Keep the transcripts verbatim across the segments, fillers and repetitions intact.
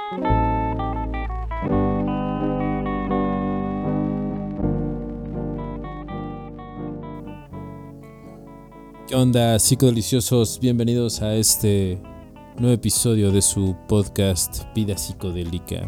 ¿Qué onda, psicodeliciosos? Bienvenidos a este nuevo episodio de su podcast Vida Psicodélica.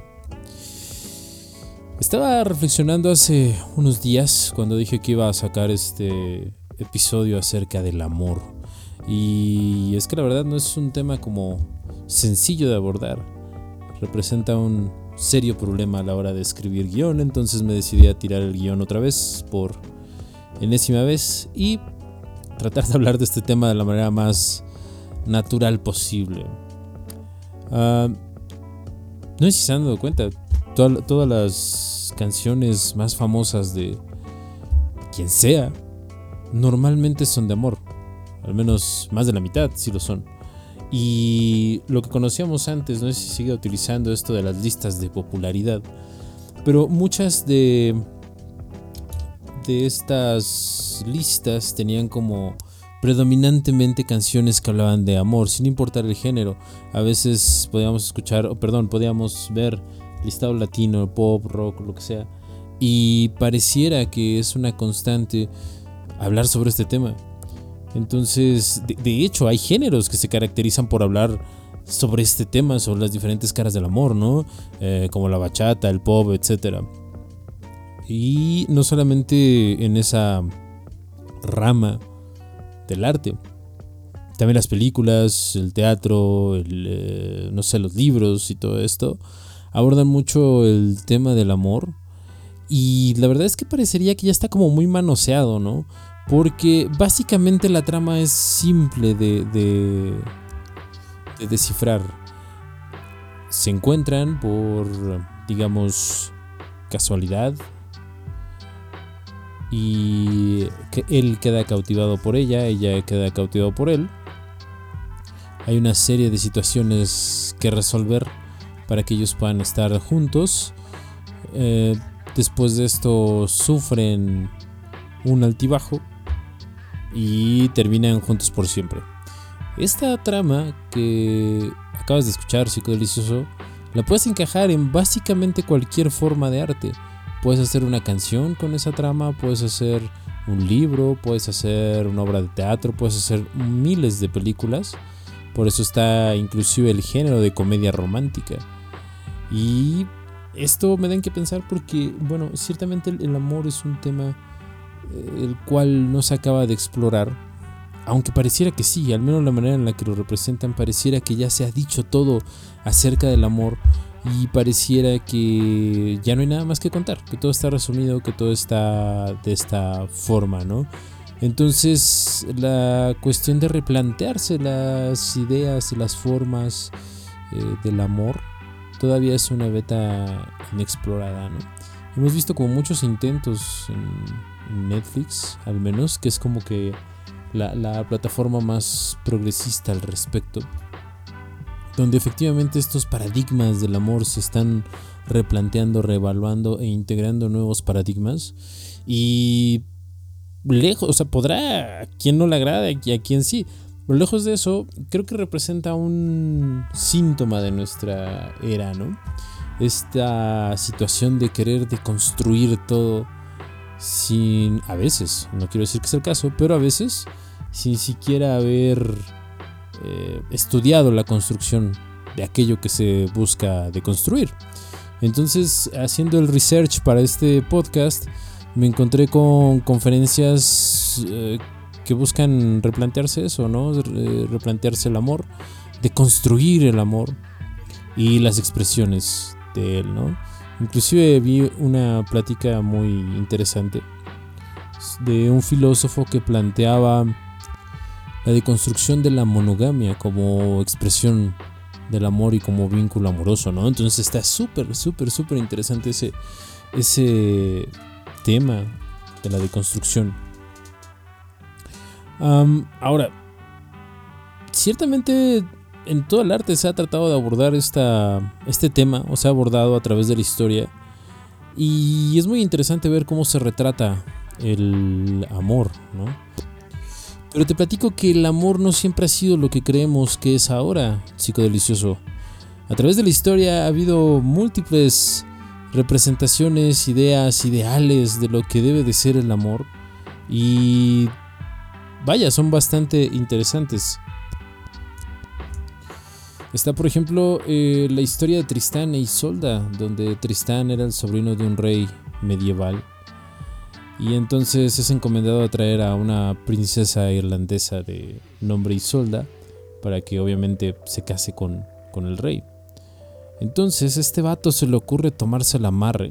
Estaba reflexionando hace unos días cuando dije que iba a sacar este episodio acerca del amor. Y es que la verdad no es un tema como sencillo de abordar. Representa un serio problema a la hora de escribir guión, entonces me decidí a tirar el guión otra vez por enésima vez y tratar de hablar de este tema de la manera más natural posible. Uh, no sé si se han dado cuenta, to- todas las canciones más famosas de quien sea normalmente son de amor, al menos más de la mitad sí lo son. Y lo que conocíamos antes, no sé si sigue utilizando esto de las listas de popularidad, pero muchas de de estas listas tenían como predominantemente canciones que hablaban de amor, sin importar el género. A veces podíamos escuchar, o perdón, podíamos ver listado latino, pop, rock, lo que sea, y pareciera que es una constante hablar sobre este tema. Entonces, de, de hecho, hay géneros que se caracterizan por hablar sobre este tema, sobre las diferentes caras del amor, ¿no? Eh, como la bachata, el pop, etcétera. Y no solamente en esa rama del arte, también las películas, el teatro, el, eh, no sé, los libros y todo esto abordan mucho el tema del amor. Y la verdad es que parecería que ya está como muy manoseado, ¿no? Porque básicamente la trama es simple de, de, de descifrar. Se encuentran por, digamos, casualidad, y que él queda cautivado por ella, ella queda cautivada por él. Hay una serie de situaciones que resolver para que ellos puedan estar juntos. Eh, después de esto sufren un altibajo y terminan juntos por siempre. Esta trama que acabas de escuchar, psicodelicioso, la puedes encajar en básicamente cualquier forma de arte. Puedes hacer una canción con esa trama, puedes hacer un libro, puedes hacer una obra de teatro, puedes hacer miles de películas. Por eso está inclusive el género de comedia romántica. Y esto me da en qué pensar porque, bueno, ciertamente el, el amor es un tema eh, el cual no se acaba de explorar. Aunque pareciera que sí, al menos la manera en la que lo representan, pareciera que ya se ha dicho todo acerca del amor. Y pareciera que ya no hay nada más que contar, que todo está resumido, que todo está de esta forma, ¿no? Entonces la cuestión de replantearse las ideas y las formas eh, del amor todavía es una beta inexplorada, ¿no? Hemos visto como muchos intentos en Netflix, al menos, que es como que la, la plataforma más progresista al respecto, donde efectivamente estos paradigmas del amor se están replanteando, reevaluando e integrando nuevos paradigmas. Y lejos, o sea, podrá a quien no le agrade y a quien sí, pero lejos de eso, creo que representa un síntoma de nuestra era, ¿no? Esta situación de querer deconstruir todo sin, a veces, no quiero decir que sea el caso, pero a veces sin siquiera haber Eh, estudiado la construcción de aquello que se busca deconstruir. Entonces, haciendo el research para este podcast, me encontré con conferencias eh, que buscan replantearse eso, ¿no? Re- replantearse el amor, deconstruir el amor y las expresiones de él, ¿no? Inclusive vi una plática muy interesante de un filósofo que planteaba la deconstrucción de la monogamia como expresión del amor y como vínculo amoroso, ¿no? Entonces está súper, súper, súper interesante ese, ese tema de la deconstrucción. Um, ahora, ciertamente en todo el arte se ha tratado de abordar esta, este tema, o se ha abordado a través de la historia, y es muy interesante ver cómo se retrata el amor, ¿no? Pero te platico que el amor no siempre ha sido lo que creemos que es ahora, psicodelicioso. A través de la historia ha habido múltiples representaciones, ideas, ideales de lo que debe de ser el amor, y vaya, son bastante interesantes. Está, por ejemplo, eh, la historia de Tristán e Isolda, donde Tristán era el sobrino de un rey medieval y entonces es encomendado a traer a una princesa irlandesa de nombre Isolda para que obviamente se case con, con el rey. Entonces este vato se le ocurre tomarse el amarre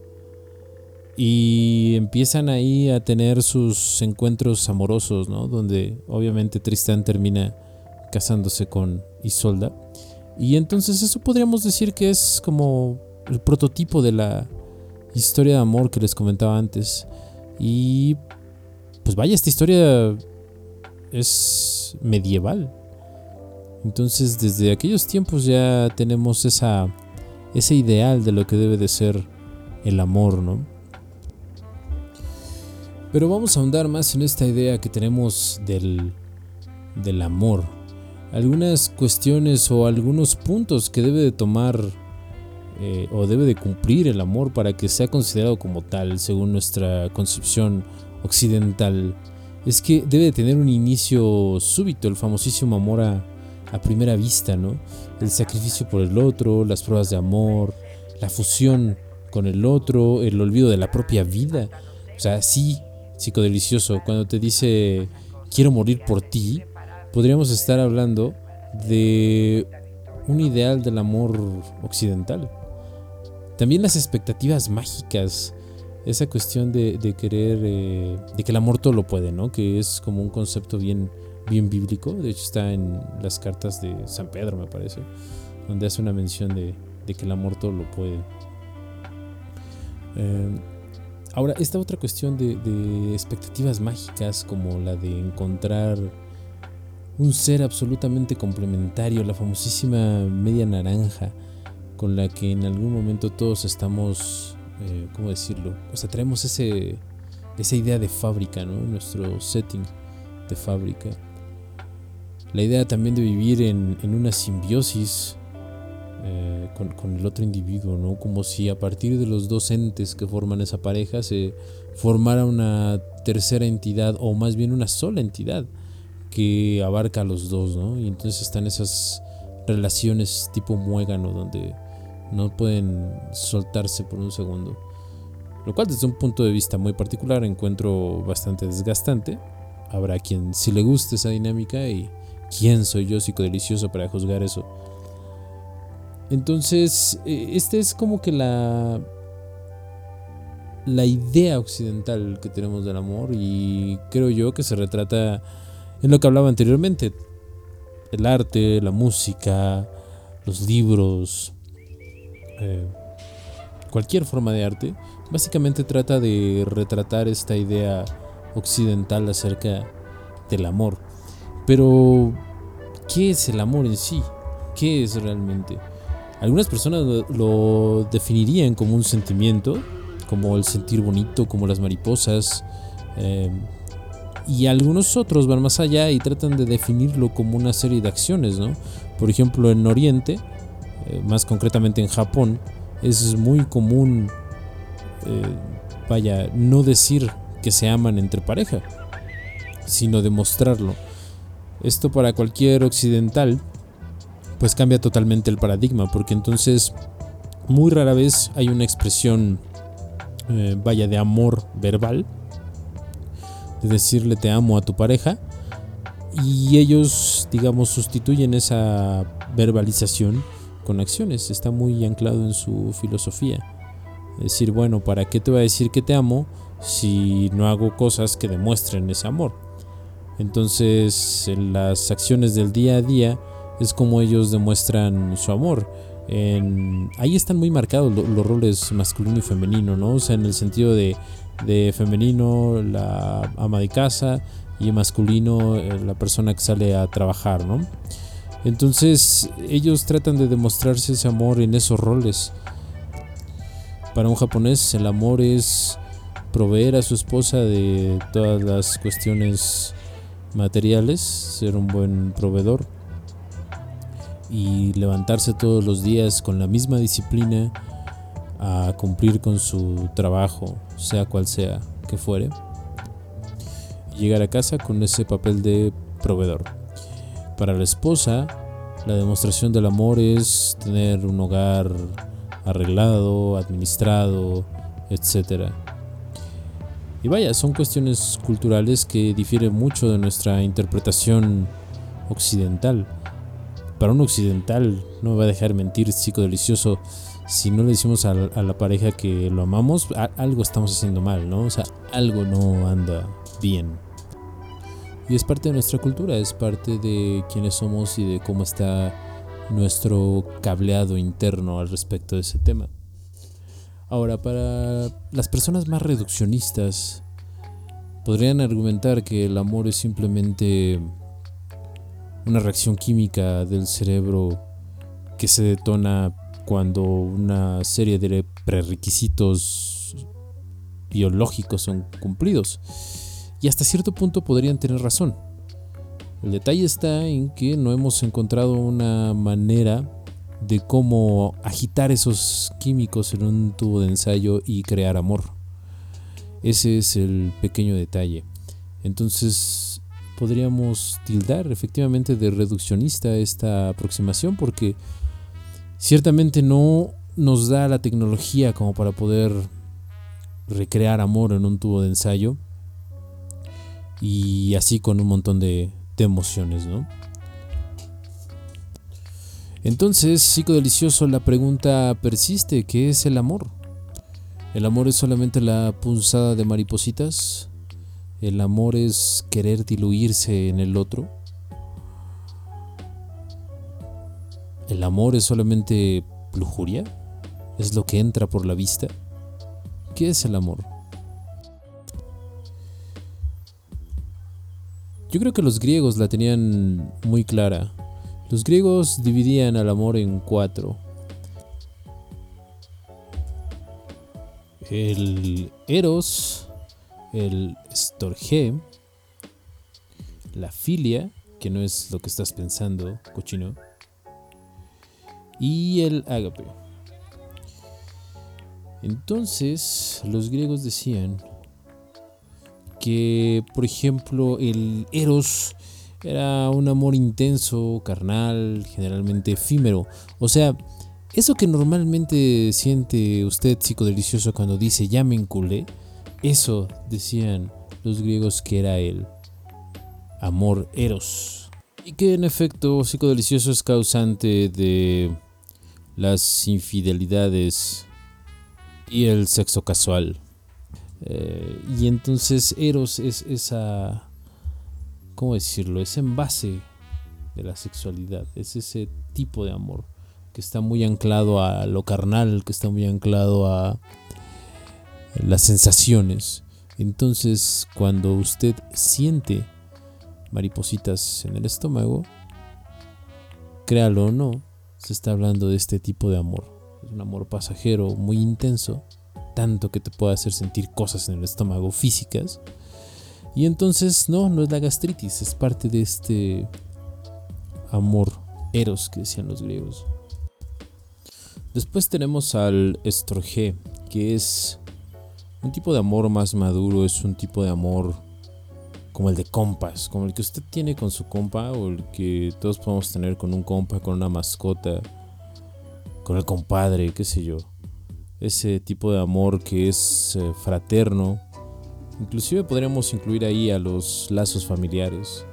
y empiezan ahí a tener sus encuentros amorosos, ¿no? Donde obviamente Tristán termina casándose con Isolda, y entonces eso podríamos decir que es como el prototipo de la historia de amor que les comentaba antes. Y pues vaya, esta historia es medieval, entonces desde aquellos tiempos ya tenemos esa, ese ideal de lo que debe de ser el amor, ¿no? Pero vamos a ahondar más en esta idea que tenemos del, del amor. Algunas cuestiones o algunos puntos que debe de tomar eh, o debe de cumplir el amor para que sea considerado como tal, según nuestra concepción occidental, es que debe de tener un inicio súbito, el famosísimo amor a, a primera vista, ¿no? El sacrificio por el otro, las pruebas de amor, la fusión con el otro, el olvido de la propia vida. O sea, sí, psicodelicioso, cuando te dice quiero morir por ti, podríamos estar hablando de un ideal del amor occidental. También las expectativas mágicas, esa cuestión de, de querer, eh, de que el amor todo lo puede, ¿no? Que es como un concepto bien, bien bíblico. De hecho está en las cartas de San Pedro, me parece, donde hace una mención de, de que el amor todo lo puede. Eh, ahora, esta otra cuestión de, de expectativas mágicas, como la de encontrar un ser absolutamente complementario, la famosísima media naranja, con la que en algún momento todos estamos, eh, ¿cómo decirlo? O sea, traemos ese, esa idea de fábrica, ¿no? Nuestro setting de fábrica. La idea también de vivir en, en una simbiosis eh, con, con el otro individuo, ¿no? Como si a partir de los dos entes que forman esa pareja se formara una tercera entidad, o más bien una sola entidad que abarca a los dos, ¿no? Y entonces están esas relaciones tipo muégano donde no pueden soltarse por un segundo, lo cual desde un punto de vista muy particular encuentro bastante desgastante. Habrá quien sí le guste esa dinámica, y quién soy yo psicodelicioso para juzgar eso. Entonces este es como que la la idea occidental que tenemos del amor, y creo yo que se retrata en lo que hablaba anteriormente: el arte, la música, los libros, eh, cualquier forma de arte, básicamente trata de retratar esta idea occidental acerca del amor. Pero, ¿qué es el amor en sí? ¿Qué es realmente? Algunas personas lo, lo definirían como un sentimiento, como el sentir bonito, como las mariposas, eh, y algunos otros van más allá y tratan de definirlo como una serie de acciones, ¿no? Por ejemplo, en Oriente, eh, más concretamente en Japón, es muy común, eh, vaya, no decir que se aman entre pareja, sino demostrarlo. Esto para cualquier occidental pues cambia totalmente el paradigma, porque entonces muy rara vez hay una expresión, eh, vaya, de amor verbal, de decirle te amo a tu pareja, y ellos, digamos, sustituyen esa verbalización con acciones. Está muy anclado en su filosofía. Es decir, bueno, ¿para qué te voy a decir que te amo si no hago cosas que demuestren ese amor? Entonces, en las acciones del día a día es como ellos demuestran su amor. En, ahí están muy marcados lo, los roles masculino y femenino, ¿no? O sea, en el sentido de, de femenino, la ama de casa, y masculino, la persona que sale a trabajar, ¿no? Entonces ellos tratan de demostrarse ese amor en esos roles. Para un japonés el amor es proveer a su esposa de todas las cuestiones materiales, ser un buen proveedor. y levantarse todos los días con la misma disciplina a cumplir con su trabajo, sea cual sea que fuere, y llegar a casa con ese papel de proveedor. Para la esposa, la demostración del amor es tener un hogar arreglado, administrado, etcétera. Y vaya, son cuestiones culturales que difieren mucho de nuestra interpretación occidental. Para un occidental, no me va a dejar mentir, psicodelicioso, si no le decimos a, a la pareja que lo amamos, a, algo estamos haciendo mal, ¿no? O sea, algo no anda bien. Y es parte de nuestra cultura, es parte de quiénes somos y de cómo está nuestro cableado interno al respecto de ese tema. Ahora, para las personas más reduccionistas, podrían argumentar que el amor es simplemente una reacción química del cerebro que se detona cuando una serie de prerequisitos biológicos son cumplidos. Y hasta cierto punto podrían tener razón. El detalle está en que no hemos encontrado una manera de cómo agitar esos químicos en un tubo de ensayo y crear amor. Ese es el pequeño detalle. Entonces podríamos tildar efectivamente de reduccionista esta aproximación, porque ciertamente no nos da la tecnología como para poder recrear amor en un tubo de ensayo, y así con un montón de, de emociones, ¿no? Entonces, psicodelicioso, la pregunta persiste: ¿qué es el amor? ¿El amor es solamente la punzada de maripositas? ¿El amor es querer diluirse en el otro? ¿El amor es solamente lujuria? ¿Es lo que entra por la vista? ¿Qué es el amor? Yo creo que los griegos la tenían muy clara. Los griegos dividían al amor en cuatro: el eros, el storge, la filia, que no es lo que estás pensando, cochino, y el ágape. Entonces, los griegos decían que, por ejemplo, el eros era un amor intenso, carnal, generalmente efímero. O sea, eso que normalmente siente usted, psicodelicioso, cuando dice ya me enculé, eso decían los griegos que era el amor eros. Y que en efecto, psicodelicioso, es causante de las infidelidades y el sexo casual. Eh, y entonces eros es esa, ¿cómo decirlo? Ese envase de la sexualidad, es ese tipo de amor que está muy anclado a lo carnal, que está muy anclado a las sensaciones. Entonces, cuando usted siente maripositas en el estómago, créalo o no, se está hablando de este tipo de amor. Es un amor pasajero, muy intenso, tanto que te puede hacer sentir cosas en el estómago físicas. Y entonces no, no es la gastritis, es parte de este amor eros que decían los griegos. Después tenemos al estorge, que es un tipo de amor más maduro, es un tipo de amor como el de compas, como el que usted tiene con su compa, o el que todos podemos tener con un compa, con una mascota, con el compadre, qué sé yo. Ese tipo de amor que es eh, fraterno. Inclusive podríamos incluir ahí a los lazos familiares.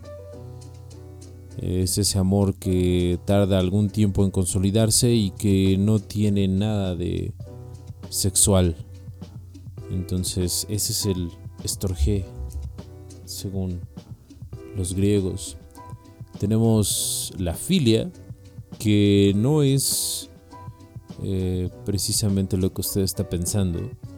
Es ese amor que tarda algún tiempo en consolidarse y que no tiene nada de sexual. Entonces ese es el estorge, según los griegos. Tenemos la filia, que no es Eh, precisamente lo que usted está pensando.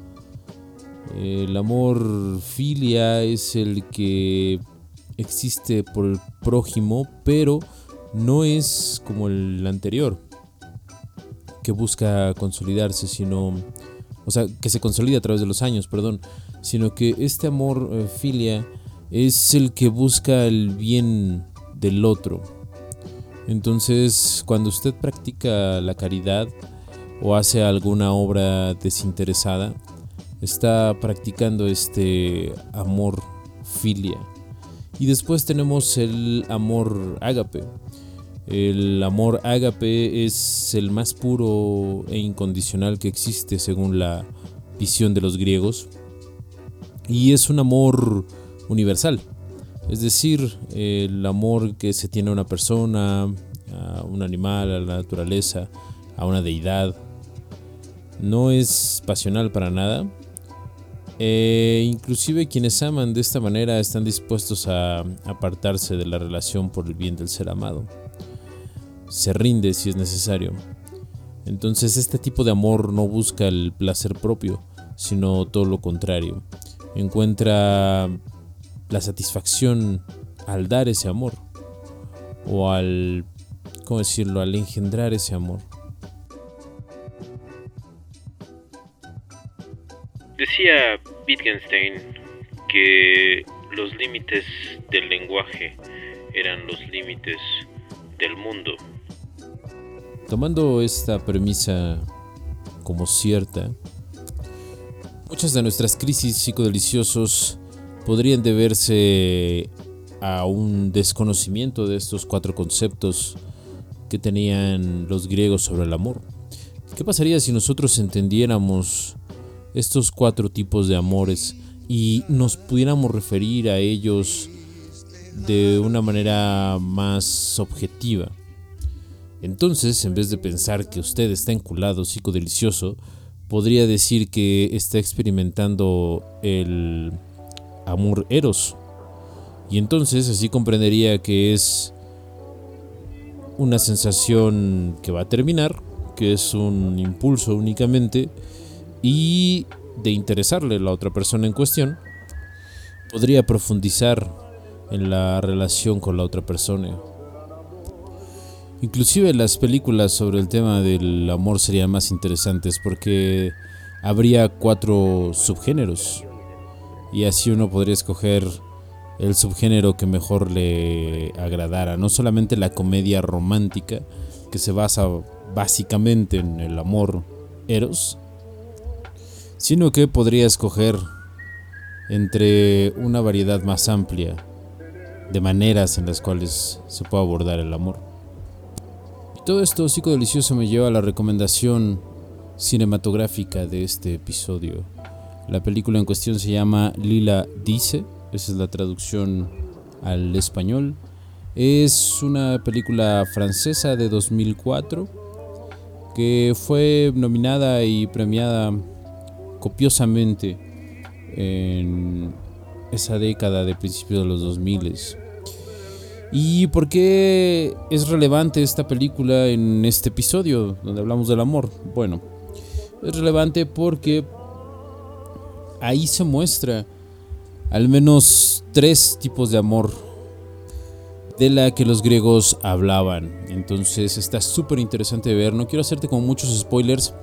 El amor filia es el que existe por el prójimo, pero no es como el anterior, que busca consolidarse, sino, o sea, que se consolida a través de los años, perdón, sino que este amor eh, filia es el que busca el bien del otro. Entonces, cuando usted practica la caridad o hace alguna obra desinteresada, está practicando este amor filia. Y después tenemos el amor ágape. El amor ágape es el más puro e incondicional que existe según la visión de los griegos. Y es un amor universal. Es decir, el amor que se tiene a una persona, a un animal, a la naturaleza, a una deidad, no es pasional para nada. E inclusive quienes aman de esta manera están dispuestos a apartarse de la relación por el bien del ser amado. Se rinde si es necesario. Entonces este tipo de amor no busca el placer propio, sino todo lo contrario. Encuentra la satisfacción al dar ese amor, o al, ¿cómo decirlo?, al engendrar ese amor. Decía Wittgenstein que los límites del lenguaje eran los límites del mundo. Tomando esta premisa como cierta, muchas de nuestras crisis psicodeliciosos podrían deberse a un desconocimiento de estos cuatro conceptos que tenían los griegos sobre el amor. ¿Qué pasaría si nosotros entendiéramos estos cuatro tipos de amores y nos pudiéramos referir a ellos de una manera más objetiva? Entonces, en vez de pensar que usted está enculado psicodelicioso, podría decir que está experimentando el amor eros. Y entonces así comprendería que es una sensación que va a terminar, que es un impulso únicamente, y de interesarle a la otra persona en cuestión, podría profundizar en la relación con la otra persona. Inclusive las películas sobre el tema del amor serían más interesantes porque habría cuatro subgéneros y así uno podría escoger el subgénero que mejor le agradara. No solamente la comedia romántica, que se basa básicamente en el amor eros, sino que podría escoger entre una variedad más amplia de maneras en las cuales se puede abordar el amor. Y todo esto psicodelicioso me lleva a la recomendación cinematográfica de este episodio. La película en cuestión se llama Lila dice, esa es la traducción al español. Es una película francesa de dos mil cuatro que fue nominada y premiada copiosamente en esa década de principios de los dos mil. ¿Y por qué es relevante esta película en este episodio donde hablamos del amor? Bueno, es relevante porque ahí se muestra al menos tres tipos de amor de la que los griegos hablaban. Entonces está súper interesante de ver. No quiero hacerte como muchos spoilers,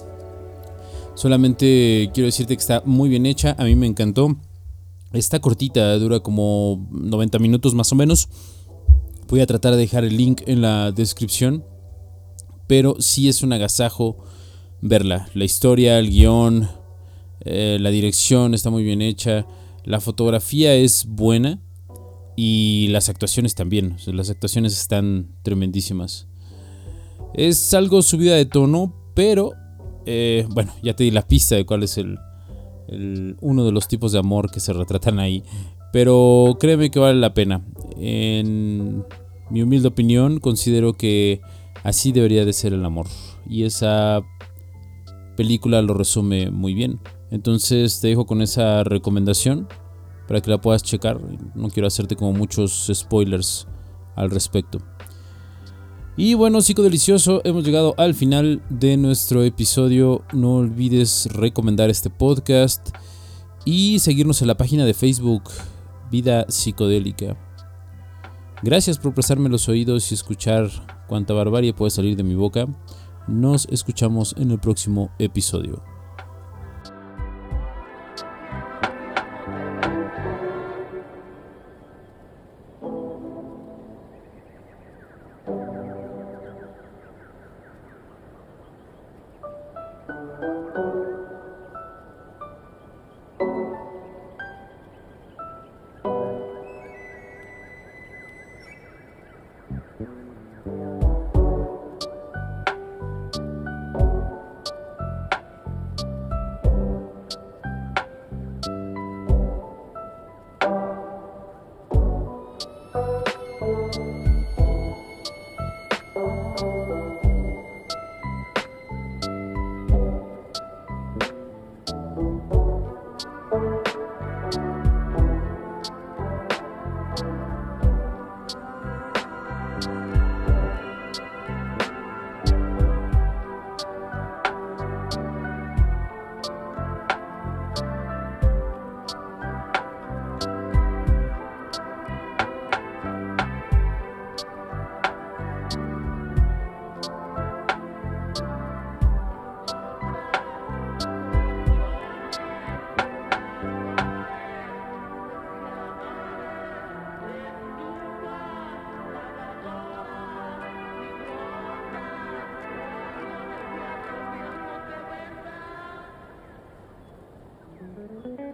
solamente quiero decirte que está muy bien hecha. A mí me encantó. Está cortita, dura como noventa minutos más o menos. Voy a tratar de dejar el link en la descripción, pero sí es un agasajo verla. La historia, el guión, eh, la dirección está muy bien hecha. La fotografía es buena y las actuaciones también. O sea, las actuaciones están tremendísimas. Es algo subida de tono, pero eh, bueno, ya te di la pista de cuál es el, el uno de los tipos de amor que se retratan ahí. Pero créeme que vale la pena. En mi humilde opinión, considero que así debería de ser el amor. Y esa película lo resume muy bien. Entonces te dejo con esa recomendación para que la puedas checar. No quiero hacerte como muchos spoilers al respecto. Y bueno, psicodelicioso, hemos llegado al final de nuestro episodio. No olvides recomendar este podcast y seguirnos en la página de Facebook Vida Psicodélica. Gracias por prestarme los oídos y escuchar cuánta barbarie puede salir de mi boca. Nos escuchamos en el próximo episodio.